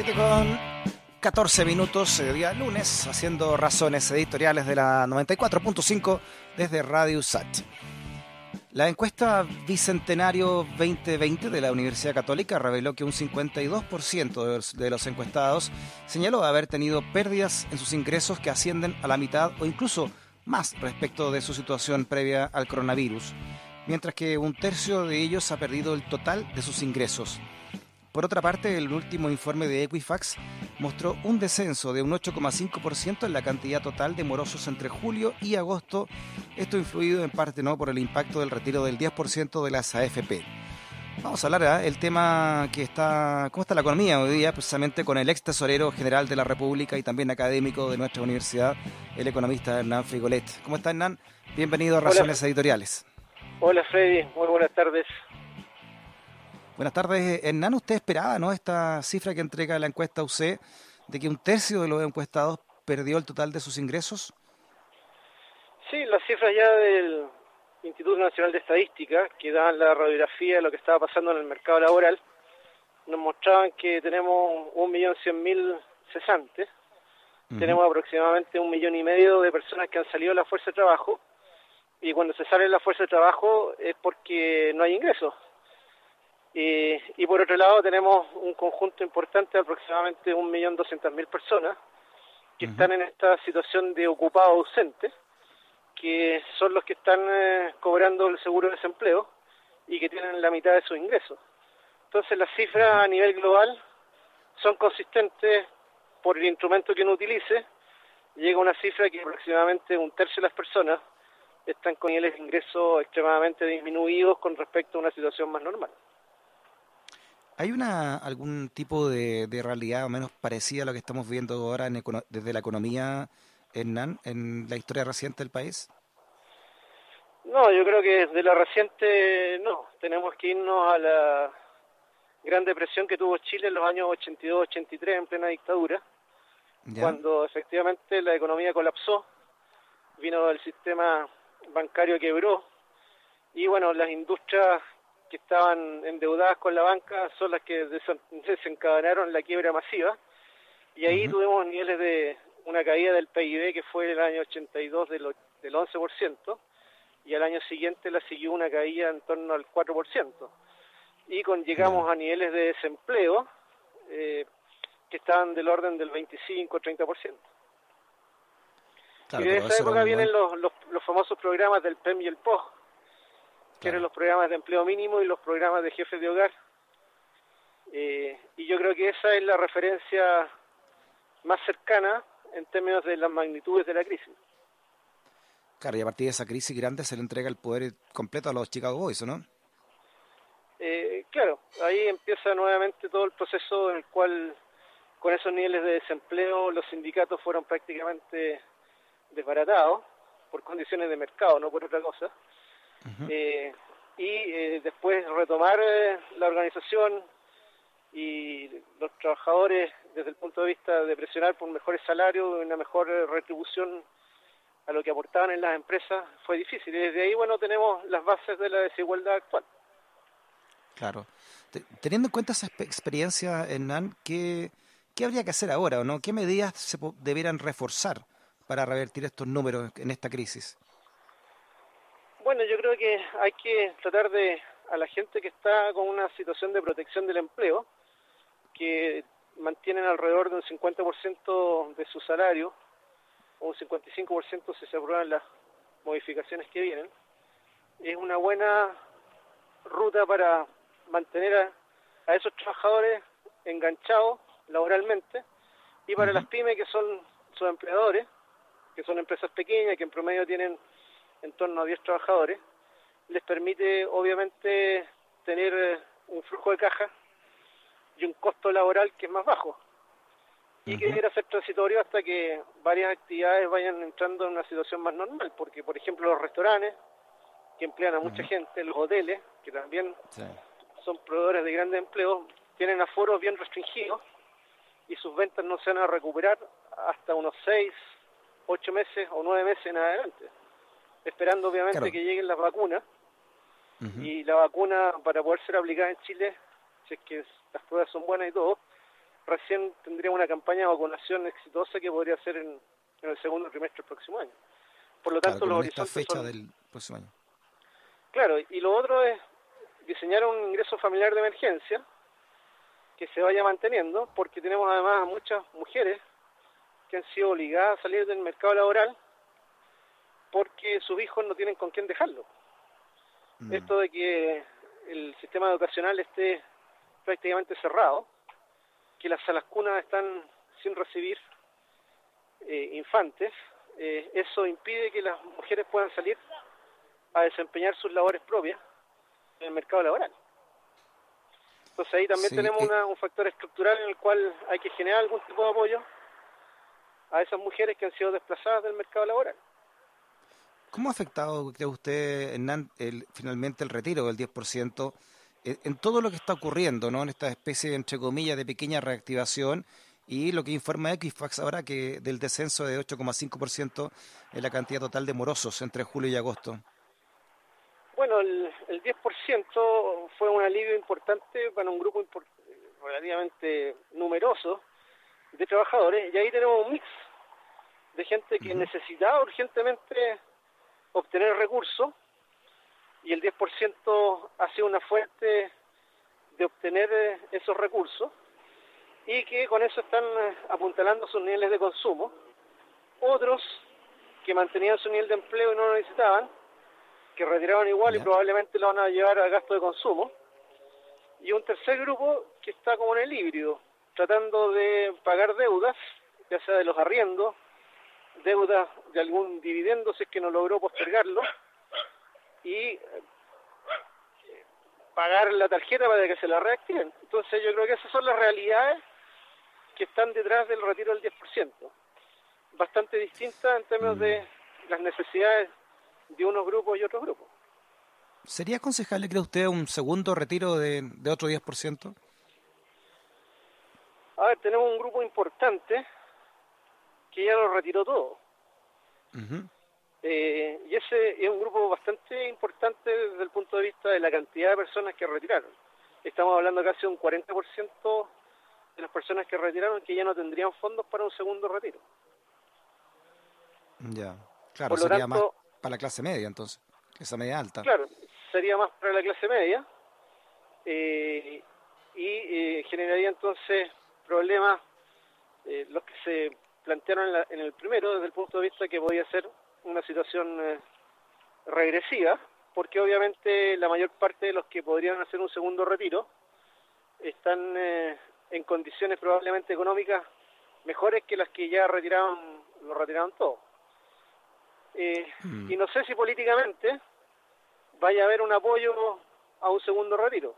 7:14 de día lunes, haciendo razones editoriales de la 94.5 desde Radio USACH. La encuesta Bicentenario 2020 de la Universidad Católica reveló que un 52% de los encuestados señaló haber tenido pérdidas en sus ingresos que ascienden a la mitad o incluso más respecto de su situación previa al coronavirus, mientras que un tercio de ellos ha perdido el total de sus ingresos. Por otra parte, el último informe de Equifax mostró un descenso de un 8,5% en la cantidad total de morosos entre julio y agosto, esto influido en parte por el impacto del retiro del 10% de las AFP. Vamos a hablar del tema cómo está la economía hoy día, precisamente con el ex tesorero general de la República y también académico de nuestra universidad, el economista Hernán Frigolet. ¿Cómo está, Hernán? Bienvenido a Razones Editoriales. Hola, Freddy. Muy buenas tardes. Buenas tardes, Hernán. ¿Usted esperaba, esta cifra que entrega la encuesta UC de que un tercio de los encuestados perdió el total de sus ingresos? Sí, las cifras ya del Instituto Nacional de Estadística, que dan la radiografía de lo que estaba pasando en el mercado laboral, nos mostraban que tenemos 1.100.000 cesantes, tenemos aproximadamente 1,5 millones de personas que han salido de la fuerza de trabajo, y cuando se sale de la fuerza de trabajo es porque no hay ingresos. Y por otro lado tenemos un conjunto importante de aproximadamente 1.200.000 personas que están en esta situación de ocupado ausente, que son los que están cobrando el seguro de desempleo y que tienen la mitad de sus ingresos. Entonces las cifras a nivel global son consistentes por el instrumento que uno utilice. Llega a una cifra que aproximadamente un tercio de las personas están con niveles de ingresos extremadamente disminuidos con respecto a una situación más normal. ¿Hay algún tipo de realidad o menos parecida a lo que estamos viendo ahora desde la economía, Hernán, en la historia reciente del país? No, yo creo que de la reciente no. Tenemos que irnos a la gran depresión que tuvo Chile en los años 82-83 en plena dictadura, cuando efectivamente la economía colapsó, vino el sistema bancario quebró y bueno, las industrias que estaban endeudadas con la banca son las que desencadenaron la quiebra masiva y ahí tuvimos niveles de una caída del PIB que fue el año 82 del 11% y al año siguiente la siguió una caída en torno al 4% y llegamos a niveles de desempleo que estaban del orden del 25-30%. Claro, y de esa época vienen los famosos programas del PEM y el POG, que eran los programas de empleo mínimo y los programas de jefes de hogar. Y yo creo que esa es la referencia más cercana en términos de las magnitudes de la crisis. Claro, y a partir de esa crisis grande se le entrega el poder completo a los Chicago Boys, ¿no? Claro, ahí empieza nuevamente todo el proceso en el cual, con esos niveles de desempleo, los sindicatos fueron prácticamente desbaratados por condiciones de mercado, no por otra cosa. Después retomar la organización y los trabajadores desde el punto de vista de presionar por mejores salarios y una mejor retribución a lo que aportaban en las empresas fue difícil. Y desde ahí, tenemos las bases de la desigualdad actual. Claro. Teniendo en cuenta esa experiencia, Hernán, ¿qué habría que hacer ahora, o no? ¿Qué medidas se debieran reforzar para revertir estos números en esta crisis? Bueno, yo creo que hay que tratar a la gente que está con una situación de protección del empleo, que mantienen alrededor de un 50% de su salario, o un 55% si se aprueban las modificaciones que vienen, es una buena ruta para mantener a esos trabajadores enganchados laboralmente, y para las pymes, que son sus empleadores, que son empresas pequeñas, que en promedio tienen en torno a 10 trabajadores, les permite obviamente tener un flujo de caja y un costo laboral que es más bajo y que debería ser transitorio hasta que varias actividades vayan entrando en una situación más normal, porque por ejemplo los restaurantes, que emplean a mucha gente, los hoteles, que también son proveedores de grandes empleos, tienen aforos bien restringidos y sus ventas no se van a recuperar hasta unos 6, 8 meses o 9 meses en adelante, esperando obviamente que lleguen las vacunas. Y la vacuna, para poder ser aplicada en Chile, si es que las pruebas son buenas y todo, recién tendríamos una campaña de vacunación exitosa que podría ser en el segundo trimestre del próximo año. Por lo tanto, Claro, como los en esta horizontes fecha son... del próximo año. Claro, y lo otro es diseñar un ingreso familiar de emergencia que se vaya manteniendo, porque tenemos además a muchas mujeres que han sido obligadas a salir del mercado laboral porque sus hijos no tienen con quién dejarlo. Esto de que el sistema educacional esté prácticamente cerrado, que las salas cunas están sin recibir infantes, eso impide que las mujeres puedan salir a desempeñar sus labores propias en el mercado laboral. Entonces ahí también tenemos un factor estructural en el cual hay que generar algún tipo de apoyo a esas mujeres que han sido desplazadas del mercado laboral. ¿Cómo ha afectado, cree usted, Hernán, finalmente el retiro del 10% en todo lo que está ocurriendo, ¿no? En esta especie, entre comillas, de pequeña reactivación y lo que informa Equifax ahora que del descenso de 8,5% en la cantidad total de morosos entre julio y agosto? Bueno, el 10% fue un alivio importante para un grupo relativamente numeroso de trabajadores, y ahí tenemos un mix de gente que necesitaba urgentemente obtener recursos, y el 10% ha sido una fuente de obtener esos recursos, y que con eso están apuntalando sus niveles de consumo. Otros que mantenían su nivel de empleo y no lo necesitaban, que retiraron igual y probablemente lo van a llevar a gasto de consumo. Y un tercer grupo que está como en el híbrido, tratando de pagar deudas, ya sea de los arriendos, deudas de algún dividendo si es que no logró postergarlo, y pagar la tarjeta para que se la reactiven. Entonces yo creo que esas son las realidades que están detrás del retiro del 10%. Bastante distintas en términos de las necesidades de unos grupos y otros grupos. ¿Sería aconsejable, cree usted, un segundo retiro de otro 10%? A ver, tenemos un grupo importante que ya lo retiró todo. Y ese es un grupo bastante importante desde el punto de vista de la cantidad de personas que retiraron. Estamos hablando casi de un 40% de las personas que retiraron que ya no tendrían fondos para un segundo retiro. Ya, claro, Por lo sería tanto, más para la clase media entonces, esa media alta. Claro, sería más para la clase media y generaría entonces problemas los que se plantearon en el primero, desde el punto de vista que podía ser una situación regresiva, porque obviamente la mayor parte de los que podrían hacer un segundo retiro están en condiciones probablemente económicas mejores que las que ya lo retiraron todo. Y no sé si políticamente vaya a haber un apoyo a un segundo retiro.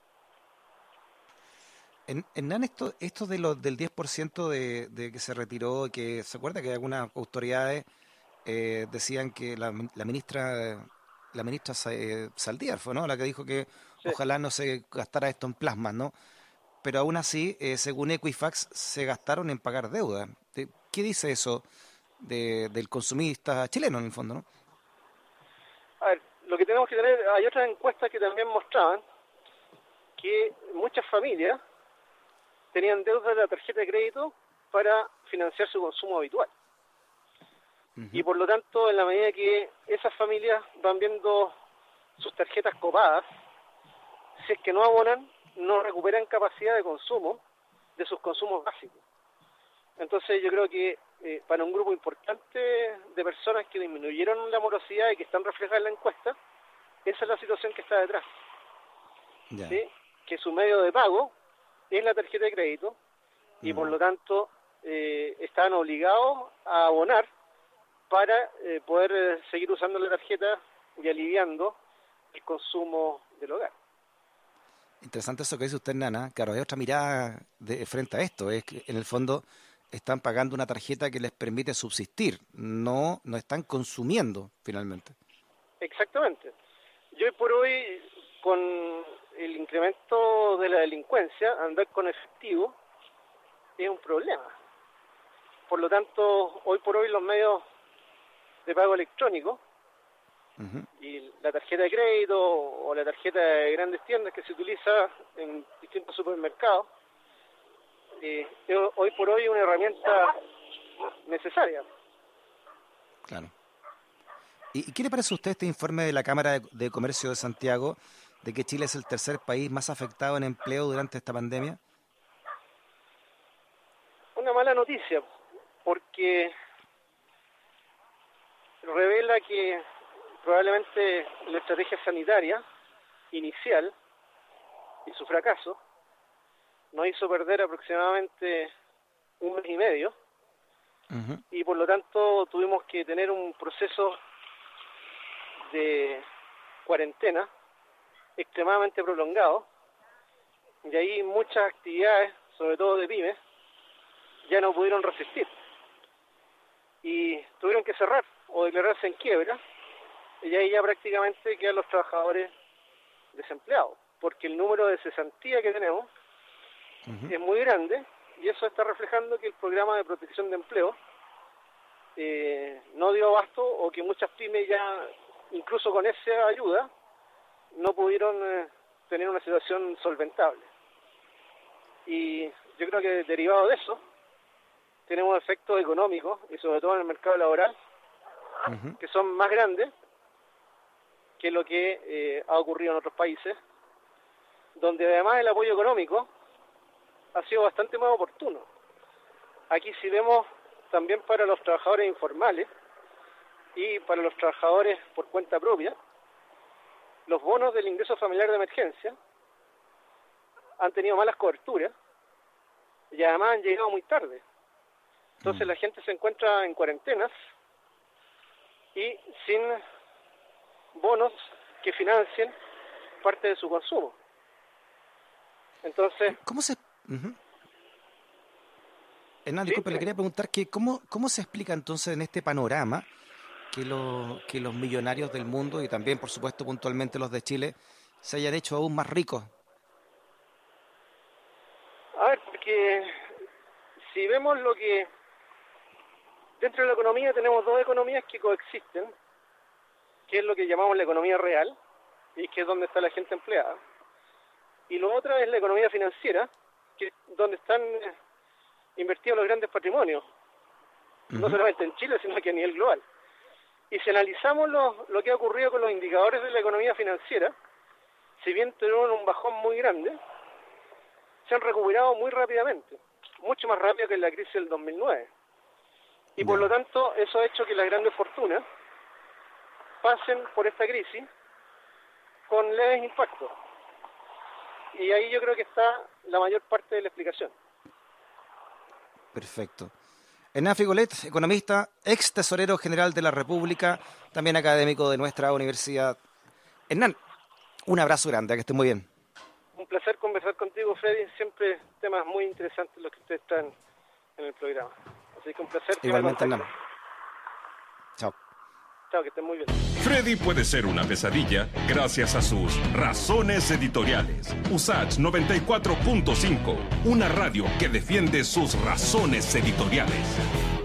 Hernán, esto del 10% de que se retiró, que se acuerda que algunas autoridades decían que la ministra Saldívar fue, ¿no? La que dijo que Sí. ojalá no se gastara esto en plasmas, ¿no? Pero aún así, según Equifax, se gastaron en pagar deuda. ¿Qué dice eso del consumista chileno en el fondo, no? A ver, lo que tenemos que tener, hay otras encuestas que también mostraban que muchas familias tenían deudas de la tarjeta de crédito para financiar su consumo habitual. Y por lo tanto, en la medida que esas familias van viendo sus tarjetas copadas, si es que no abonan, no recuperan capacidad de consumo de sus consumos básicos. Entonces yo creo que para un grupo importante de personas que disminuyeron la morosidad y que están reflejadas en la encuesta, esa es la situación que está detrás. ¿Sí? Que su medio de pago es la tarjeta de crédito y por lo tanto están obligados a abonar para poder seguir usando la tarjeta y aliviando el consumo del hogar. Interesante eso que dice usted, Nana. Claro, hay otra mirada frente a esto. Es que en el fondo están pagando una tarjeta que les permite subsistir. No están consumiendo finalmente. Exactamente. Y hoy por hoy, con el incremento de la delincuencia, andar con efectivo es un problema. Por lo tanto, hoy por hoy los medios de pago electrónico y la tarjeta de crédito o la tarjeta de grandes tiendas que se utiliza en distintos supermercados hoy por hoy una herramienta necesaria. Claro. ¿Y qué le parece a usted este informe de la Cámara de Comercio de Santiago de que Chile es el tercer país más afectado en empleo durante esta pandemia? Una mala noticia, porque revela que probablemente la estrategia sanitaria inicial y su fracaso nos hizo perder aproximadamente 1 mes y medio, y por lo tanto tuvimos que tener un proceso de cuarentena extremadamente prolongado, y ahí muchas actividades, sobre todo de pymes, ya no pudieron resistir y tuvieron que cerrar o declararse en quiebra, y ahí ya prácticamente quedan los trabajadores desempleados, porque el número de cesantía que tenemos es muy grande, y eso está reflejando que el programa de protección de empleo no dio abasto, o que muchas pymes ya, incluso con esa ayuda, no pudieron tener una situación solventable. Y yo creo que derivado de eso, tenemos efectos económicos, y sobre todo en el mercado laboral, que son más grandes que lo que ha ocurrido en otros países, donde además el apoyo económico ha sido bastante más oportuno. Aquí sí vemos también para los trabajadores informales y para los trabajadores por cuenta propia, los bonos del ingreso familiar de emergencia han tenido malas coberturas y además han llegado muy tarde. Entonces la gente se encuentra en cuarentenas y sin bonos que financien parte de su consumo. Entonces... ¿Cómo se...? Hernán, disculpe, le quería preguntar que ¿cómo se explica entonces en este panorama que los millonarios del mundo, y también por supuesto puntualmente los de Chile, se hayan hecho aún más ricos? A ver, porque si vemos lo que... Dentro de la economía tenemos dos economías que coexisten, que es lo que llamamos la economía real, y que es donde está la gente empleada. Y lo otro es la economía financiera, que es donde están invertidos los grandes patrimonios, no solamente en Chile, sino que a nivel global. Y si analizamos lo que ha ocurrido con los indicadores de la economía financiera, si bien tuvieron un bajón muy grande, se han recuperado muy rápidamente, mucho más rápido que en la crisis del 2009. Y por lo tanto, eso ha hecho que las grandes fortunas pasen por esta crisis con leves impactos. Y ahí yo creo que está la mayor parte de la explicación. Perfecto. Hernán Frigolet, economista, ex tesorero general de la República, también académico de nuestra universidad. Hernán, un abrazo grande, que esté muy bien. Un placer conversar contigo, Freddy. Siempre temas muy interesantes los que ustedes están en el programa. Así que un placer. Igualmente, Hernán. Chao. Chao, que estén muy bien. Freddy puede ser una pesadilla gracias a sus razones editoriales. USACH 94.5, una radio que defiende sus razones editoriales.